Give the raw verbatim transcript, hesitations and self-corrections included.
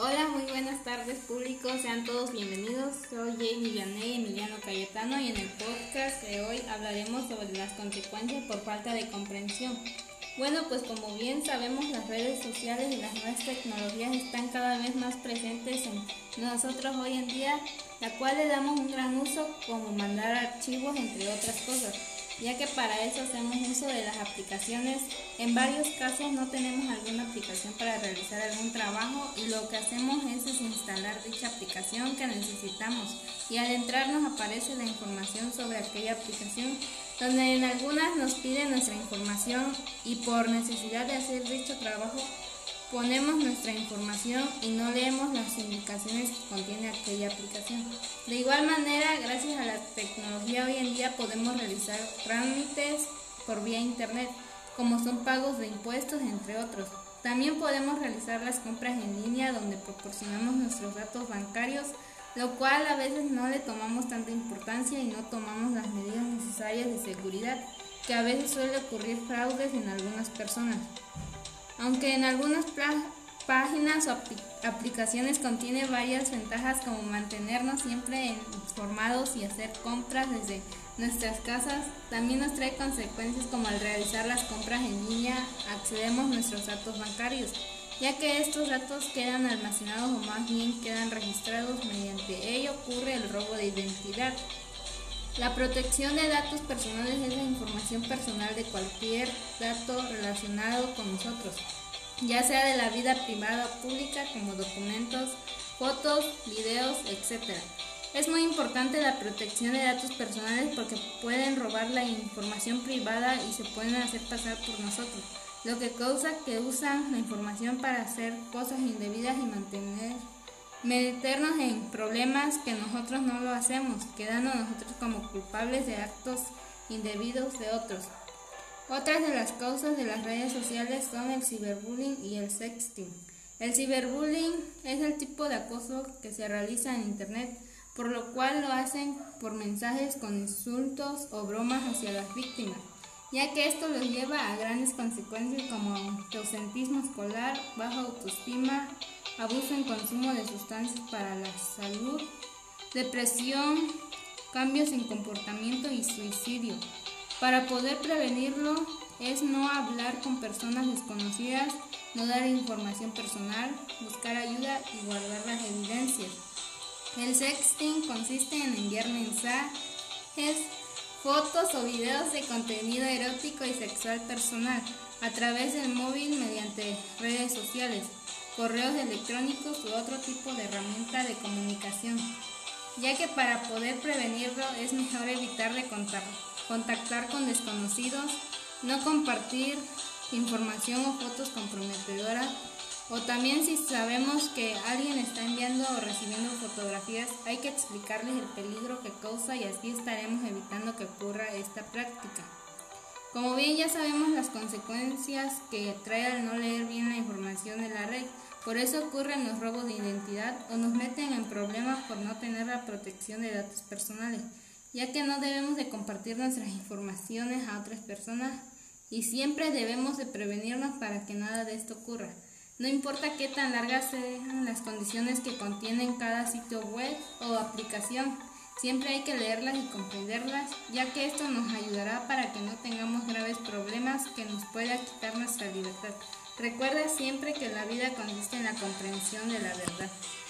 Hola, muy buenas tardes público, sean todos bienvenidos. Soy Jamie Vianney Emiliano Cayetano y en el podcast de hoy hablaremos sobre las consecuencias por falta de comprensión. Bueno, pues como bien sabemos, las redes sociales y las nuevas tecnologías están cada vez más presentes en nosotros hoy en día, la cual le damos un gran uso como mandar archivos entre otras cosas, ya que para eso hacemos uso de las aplicaciones. En varios casos no tenemos alguna aplicación para realizar algún trabajo y lo que hacemos es desinstalar dicha aplicación que necesitamos, y al entrar nos aparece la información sobre aquella aplicación, donde en algunas nos pide nuestra información y por necesidad de hacer dicho trabajo ponemos nuestra información y no leemos las indicaciones que contiene aquella aplicación. De igual manera, gracias a la tecnología hoy en día podemos realizar trámites por vía internet, como son pagos de impuestos, entre otros. También podemos realizar las compras en línea, donde proporcionamos nuestros datos bancarios, lo cual a veces no le tomamos tanta importancia y no tomamos las medidas necesarias de seguridad, que a veces suele ocurrir fraudes en algunas personas. Aunque en algunas páginas o apl aplicaciones contiene varias ventajas, como mantenernos siempre informados y hacer compras desde nuestras casas, también nos trae consecuencias, como al realizar las compras en línea accedemos a nuestros datos bancarios, ya que estos datos quedan almacenados o más bien quedan registrados. Mediante ello ocurre el robo de identidad. La protección de datos personales es la información personal de cualquier dato relacionado con nosotros, ya sea de la vida privada o pública, como documentos, fotos, videos, etcétera. Es muy importante la protección de datos personales porque pueden robar la información privada y se pueden hacer pasar por nosotros, lo que causa que usan la información para hacer cosas indebidas y mantener meternos en problemas que nosotros no lo hacemos, quedando nosotros como culpables de actos indebidos de otros. Otras de las causas de las redes sociales son el ciberbullying y el sexting. El ciberbullying es el tipo de acoso que se realiza en internet, por lo cual lo hacen por mensajes con insultos o bromas hacia las víctimas, ya que esto los lleva a grandes consecuencias como ausentismo escolar, baja autoestima, abuso en consumo de sustancias para la salud, depresión, cambios en comportamiento y suicidio. Para poder prevenirlo es no hablar con personas desconocidas, no dar información personal, buscar ayuda y guardar las evidencias. El sexting consiste en enviar mensajes, fotos o videos de contenido erótico y sexual personal a través del móvil mediante redes sociales, correos electrónicos u otro tipo de herramienta de comunicación, ya que para poder prevenirlo es mejor evitar de contactar con desconocidos, no compartir información o fotos comprometedoras, o también si sabemos que alguien está enviando o recibiendo fotografías, hay que explicarles el peligro que causa y así estaremos evitando que ocurra esta práctica. Como bien ya sabemos las consecuencias que trae al no leer bien la información de la red, por eso ocurren los robos de identidad o nos meten en problemas por no tener la protección de datos personales, ya que no debemos de compartir nuestras informaciones a otras personas y siempre debemos de prevenirnos para que nada de esto ocurra. No importa qué tan largas sean las condiciones que contienen cada sitio web o aplicación, siempre hay que leerlas y comprenderlas, ya que esto nos ayudará para que no tengamos graves problemas que nos pueda quitar nuestra libertad. Recuerda siempre que la vida consiste en la comprensión de la verdad.